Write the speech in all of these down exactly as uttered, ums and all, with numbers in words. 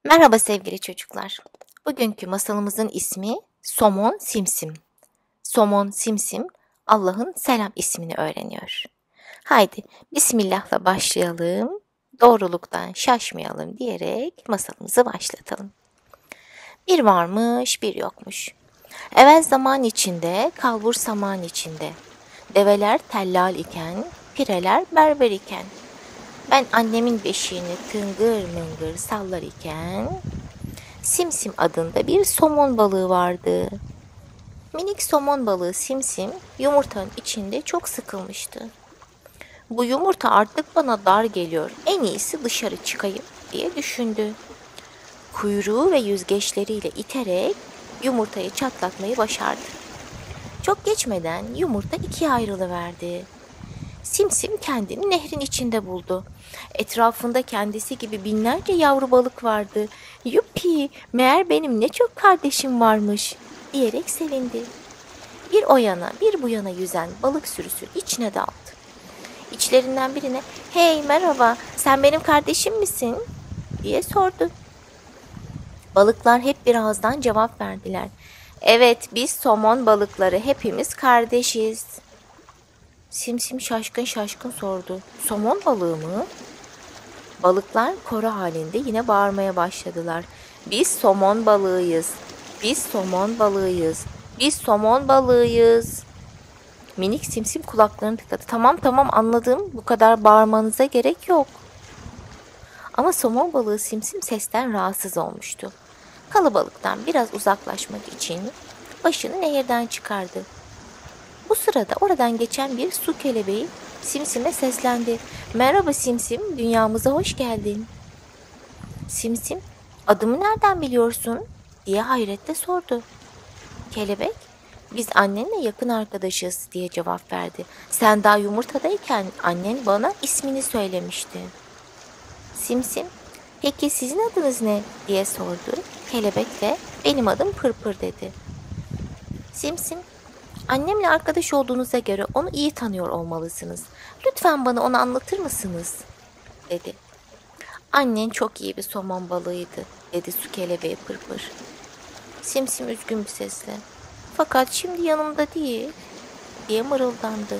Merhaba sevgili çocuklar. Bugünkü masalımızın ismi Somon Simsim. Somon Simsim Allah'ın selam ismini öğreniyor. Haydi Bismillah'la başlayalım, doğruluktan şaşmayalım diyerek masalımızı başlatalım. Bir varmış bir yokmuş. Evvel zaman içinde, kalbur saman içinde. Develer tellal iken, pireler berber iken. Ben annemin beşiğini tıngır mıngır sallar iken, Simsim adında bir somon balığı vardı. Minik somon balığı Simsim yumurtanın içinde çok sıkılmıştı. Bu yumurta artık bana dar geliyor. En iyisi dışarı çıkayım diye düşündü. Kuyruğu ve yüzgeçleriyle iterek yumurtayı çatlatmayı başardı. Çok geçmeden yumurta ikiye ayrılıverdi. Simsim kendini nehrin içinde buldu. Etrafında kendisi gibi binlerce yavru balık vardı. Yuppi, meğer benim ne çok kardeşim varmış diyerek sevindi. Bir o yana bir bu yana yüzen balık sürüsü içine daldı. İçlerinden birine "Hey merhaba, sen benim kardeşim misin?" diye sordu. Balıklar hep bir ağızdan cevap verdiler. "Evet, biz somon balıkları hepimiz kardeşiz." Simsim şaşkın şaşkın sordu. "Somon balığı mı?" Balıklar koro halinde yine bağırmaya başladılar. "Biz somon balığıyız. Biz somon balığıyız. Biz somon balığıyız." Minik Simsim kulaklarını tıkadı. "Tamam tamam anladım. Bu kadar bağırmanıza gerek yok." Ama somon balığı Simsim sesten rahatsız olmuştu. Kalabalıktan biraz uzaklaşmak için başını nehirden çıkardı. Bu sırada oradan geçen bir su kelebeği Simsim'e seslendi. "Merhaba Simsim, dünyamıza hoş geldin." Simsim, "Adımı nereden biliyorsun?" diye hayretle sordu. Kelebek, "Biz annenle yakın arkadaşız." diye cevap verdi. "Sen daha yumurtadayken annen bana ismini söylemişti." Simsim, "Peki sizin adınız ne?" diye sordu. Kelebek de, "Benim adım Pırpır." dedi. Simsim, "Annemle arkadaş olduğunuza göre onu iyi tanıyor olmalısınız. Lütfen bana onu anlatır mısınız?" dedi. "Annen çok iyi bir somon balığıydı." dedi su kelebeği Pırpır. Simsim üzgün bir sesle, "Fakat şimdi yanımda değil." diye mırıldandı.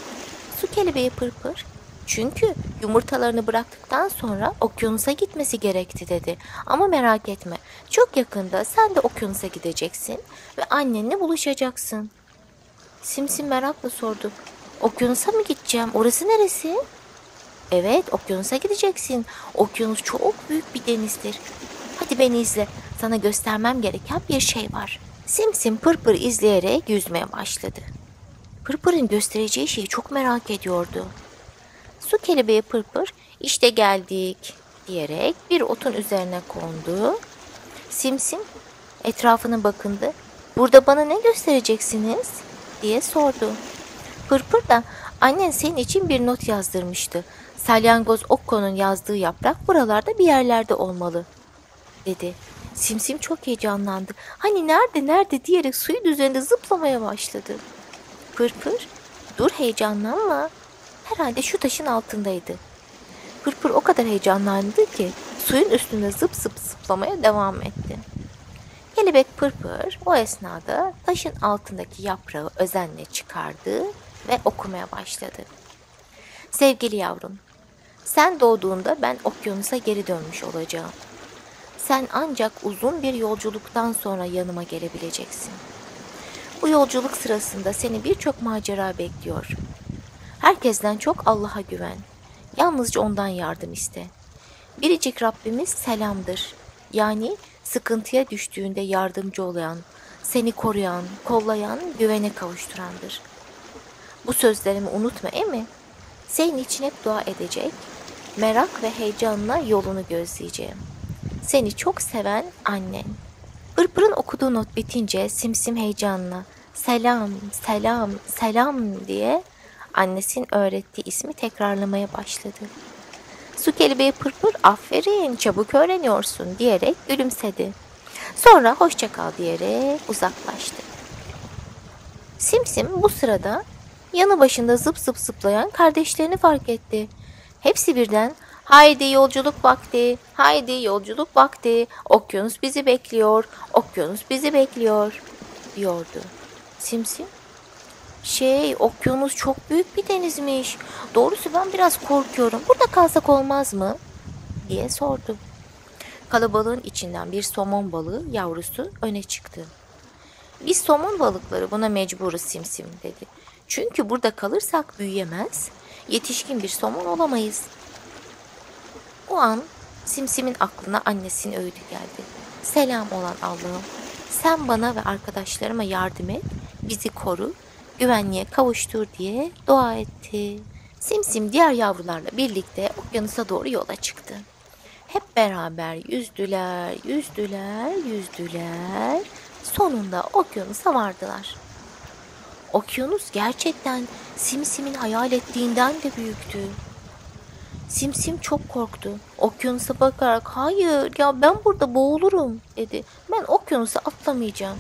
Su kelebeği Pırpır, "Çünkü yumurtalarını bıraktıktan sonra okyanusa gitmesi gerekti." dedi. "Ama merak etme, çok yakında sen de okyanusa gideceksin ve annenle buluşacaksın." Simsim merakla sordu. "Okyanusa mı gideceğim? Orası neresi?" "Evet, okyanusa gideceksin. Okyanus çok büyük bir denizdir. Hadi beni izle. Sana göstermem gereken bir şey var." Simsim Pırpır izleyerek yüzmeye başladı. Pırpır'ın göstereceği şeyi çok merak ediyordu. Su kelebeği Pırpır, "İşte geldik." diyerek bir otun üzerine kondu. Simsim etrafına bakındı. "Burada bana ne göstereceksiniz?" diye sordu. Pırpır da, "Annen senin için bir not yazdırmıştı. Salyangoz Okko'nun yazdığı yaprak buralarda bir yerlerde olmalı." dedi. Simsim çok heyecanlandı. "Hani nerede nerede?" diyerek suyun üzerinde zıplamaya başladı. Pırpır, "Dur heyecanlanma. Herhalde şu taşın altındaydı." Pırpır o kadar heyecanlandı ki suyun üstünde zıp zıp zıplamaya devam etti. Kelebek Pırpır o esnada taşın altındaki yaprağı özenle çıkardı ve okumaya başladı. "Sevgili yavrum, sen doğduğunda ben okyanusa geri dönmüş olacağım. Sen ancak uzun bir yolculuktan sonra yanıma gelebileceksin. Bu yolculuk sırasında seni birçok macera bekliyor. Herkesten çok Allah'a güven. Yalnızca ondan yardım iste. Biricik Rabbimiz selamdır. Yani sıkıntıya düştüğünde yardımcı olan, seni koruyan, kollayan, güvene kavuşturandır. Bu sözlerimi unutma emi. Senin için hep dua edecek, merak ve heyecanla yolunu gözleyeceğim. Seni çok seven annen." Pırpır'ın okuduğu not bitince Simsim heyecanla "Selam, selam, selam" diye annesinin öğrettiği ismi tekrarlamaya başladı. Su kelebeği Pırpır, "Aferin, çabuk öğreniyorsun." diyerek gülümsedi. Sonra hoşça kal diyerek uzaklaştı. Simsim bu sırada yanı başında zıp zıp zıplayan kardeşlerini fark etti. Hepsi birden Haydi yolculuk vakti, haydi yolculuk vakti, okyanus bizi bekliyor, okyanus bizi bekliyor, diyordu. Simsim, şey, okyanus çok büyük bir denizmiş. Doğrusu ben biraz korkuyorum. Burada kalsak olmaz mı? Diye sordu. Kalabalığın içinden bir somon balığı yavrusu öne çıktı. Biz somon balıkları buna mecburuz Simsim dedi. Çünkü burada kalırsak büyüyemez, yetişkin bir somon olamayız. O an Simsim'in aklına annesinin öğüdü geldi. Selam olan Allah'ım, sen bana ve arkadaşlarıma yardım et, bizi koru, güvenliğe kavuştur diye dua etti. Simsim diğer yavrularla birlikte okyanusa doğru yola çıktı. Hep beraber yüzdüler, yüzdüler, yüzdüler. Sonunda okyanusa vardılar. Okyanus gerçekten Simsim'in hayal ettiğinden de büyüktü. Simsim çok korktu. Okyanusa bakarak hayır ya ben burada boğulurum dedi. Ben okyanusa atlamayacağım.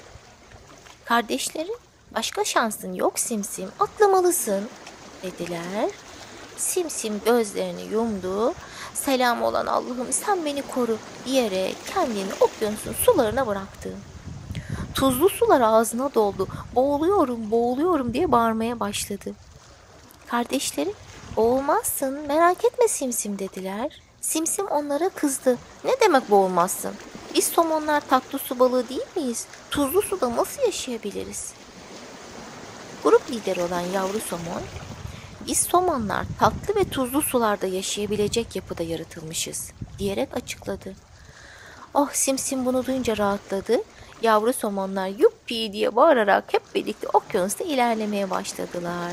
Kardeşleri başka şansın yok Simsim atlamalısın dediler. Simsim gözlerini yumdu. Selam olan Allah'ım sen beni koru diyerek kendini okyanusun sularına bıraktı. Tuzlu sular ağzına doldu. Boğuluyorum, boğuluyorum diye bağırmaya başladı. Kardeşleri boğulmazsın merak etme Simsim dediler. Simsim onlara kızdı. Ne demek boğulmazsın? Biz somonlar tatlı su balığı değil miyiz? Tuzlu suda nasıl yaşayabiliriz? Grup lideri olan yavru somon, biz somonlar tatlı ve tuzlu sularda yaşayabilecek yapıda yaratılmışız diyerek açıkladı. Oh Simsim bunu duyunca rahatladı. Yavru somonlar yuppi diye bağırarak hep birlikte okyanusta ilerlemeye başladılar.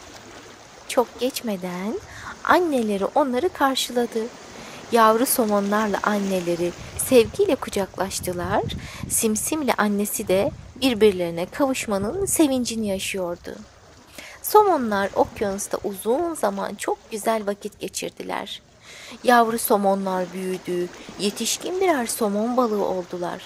Çok geçmeden anneleri onları karşıladı. Yavru somonlarla anneleri sevgiyle kucaklaştılar. Simsim'le annesi de birbirlerine kavuşmanın sevincini yaşıyordu. Somonlar okyanusta uzun zaman çok güzel vakit geçirdiler. Yavru somonlar büyüdü, yetişkin birer somon balığı oldular.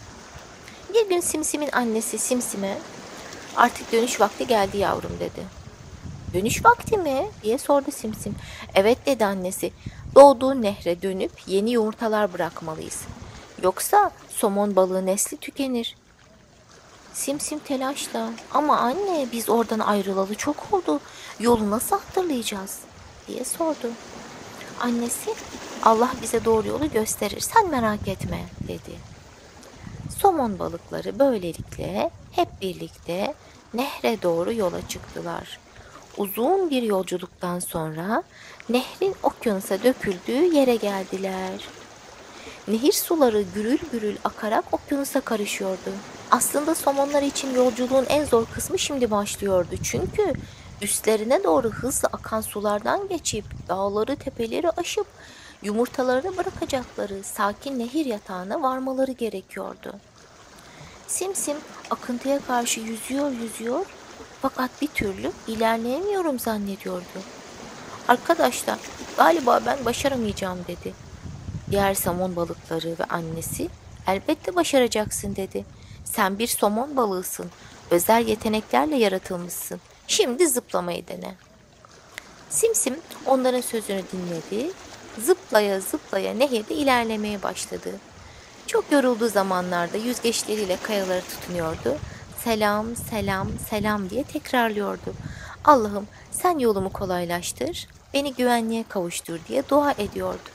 Bir gün Simsim'in annesi Simsim'e artık dönüş vakti geldi yavrum dedi. Dönüş vakti mi? Diye sordu Simsim. Evet dedi annesi. Doğduğu nehre dönüp yeni yumurtalar bırakmalıyız. Yoksa somon balığı nesli tükenir. Simsim telaşla ama anne biz oradan ayrılalı çok oldu. Yolu nasıl hatırlayacağız? Diye sordu. Annesi Allah bize doğru yolu gösterir sen merak etme dedi. Somon balıkları böylelikle hep birlikte nehre doğru yola çıktılar. Uzun bir yolculuktan sonra nehrin okyanusa döküldüğü yere geldiler. Nehir suları gürül gürül akarak okyanusa karışıyordu. Aslında somonlar için yolculuğun en zor kısmı şimdi başlıyordu. Çünkü üstlerine doğru hızla akan sulardan geçip dağları tepeleri aşıp yumurtalarını bırakacakları sakin nehir yatağına varmaları gerekiyordu. Simsim akıntıya karşı yüzüyor yüzüyor fakat bir türlü ilerleyemiyorum zannediyordu. Arkadaşlar galiba ben başaramayacağım dedi. Diğer somon balıkları ve annesi elbette başaracaksın dedi. Sen bir somon balığısın. Özel yeteneklerle yaratılmışsın. Şimdi zıplamayı dene. Simsim onların sözünü dinledi. Zıplaya zıplaya nehirde ilerlemeye başladı. Çok yorulduğu zamanlarda yüzgeçleriyle kayalara tutunuyordu. Selam, selam, selam diye tekrarlıyordu. Allah'ım sen yolumu kolaylaştır, beni güvenliğe kavuştur diye dua ediyordu.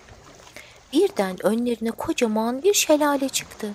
Birden önlerine kocaman bir şelale çıktı.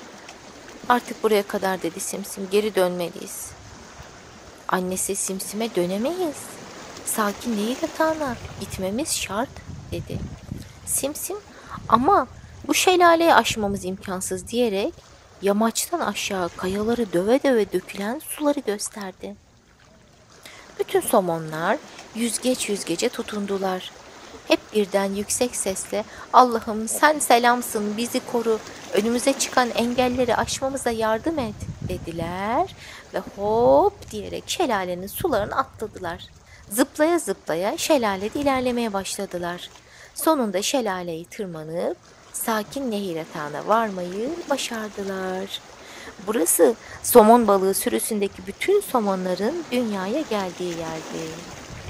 Artık buraya kadar dedi Simsim, geri dönmeliyiz. Annesi Simsim'e dönemeyiz. Sakin değil yatağına gitmemiz şart dedi. Simsim ama bu şelaleyi aşmamız imkansız diyerek yamaçtan aşağı kayaları döve döve dökülen suları gösterdi. Bütün somonlar yüzgeç yüzgece tutundular. Hep birden yüksek sesle Allah'ım sen selamsın bizi koru, önümüze çıkan engelleri aşmamıza yardım et dediler ve hop diyerek şelalenin sularını atladılar. Zıplaya zıplaya şelalede ilerlemeye başladılar. Sonunda şelaleyi tırmanıp sakin nehir yatağına varmayı başardılar. Burası somon balığı sürüsündeki bütün somonların dünyaya geldiği yerdi.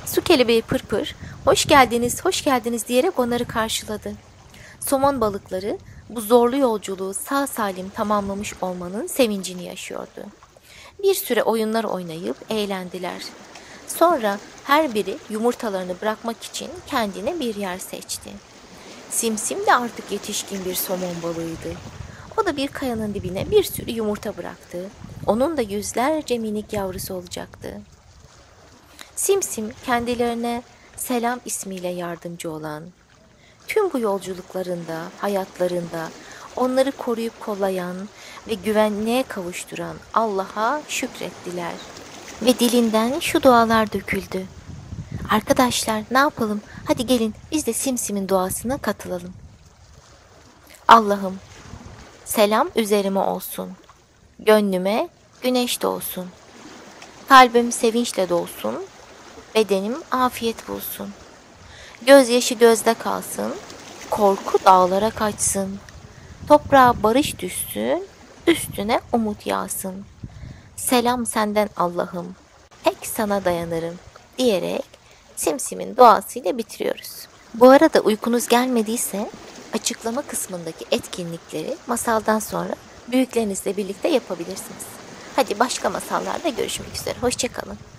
Su kelebeği Pırpır, hoş geldiniz, hoş geldiniz diyerek onları karşıladı. Somon balıkları bu zorlu yolculuğu sağ salim tamamlamış olmanın sevincini yaşıyordu. Bir süre oyunlar oynayıp eğlendiler. Sonra her biri yumurtalarını bırakmak için kendine bir yer seçti. Simsim de artık yetişkin bir somon balığıydı. O da bir kayanın dibine bir sürü yumurta bıraktı. Onun da yüzlerce minik yavrusu olacaktı. Simsim kendilerine Selam ismiyle yardımcı olan, tüm bu yolculuklarında, hayatlarında onları koruyup kollayan ve güvenliğe kavuşturan Allah'a şükrettiler. Ve dilinden şu dualar döküldü. Arkadaşlar ne yapalım? Hadi gelin biz de Simsim'in duasına katılalım. Allah'ım, selam üzerime olsun. Gönlüme güneş doğsun. Kalbim sevinçle dolsun. Bedenim afiyet bulsun. Gözyaşı gözde kalsın. Korku dağlara kaçsın. Toprağa barış düşsün. Üstüne umut yağsın. Selam senden Allah'ım. Tek sana dayanırım diyerek Simsim'in duasıyla bitiriyoruz. Bu arada uykunuz gelmediyse açıklama kısmındaki etkinlikleri masaldan sonra büyüklerinizle birlikte yapabilirsiniz. Hadi başka masallarda görüşmek üzere. Hoşça kalın.